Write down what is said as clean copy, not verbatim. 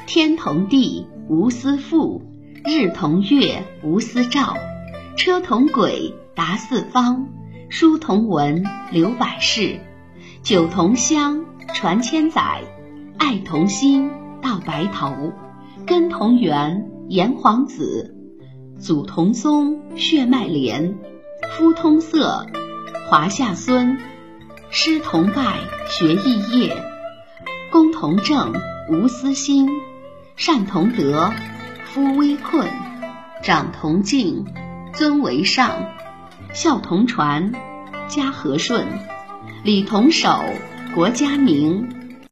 天同地，无私父；日同月，无私照；车同轨，达四方；书同文，流百世；酒同香，传千载；爱同心，到白头；根同源，炎黄子；祖同宗，血脉连；夫通色，华夏孙；师同拜，学艺业；公同正，无私心；善同德，夫危困；长同敬，尊为上；孝同传，家和顺；礼同守，国家明；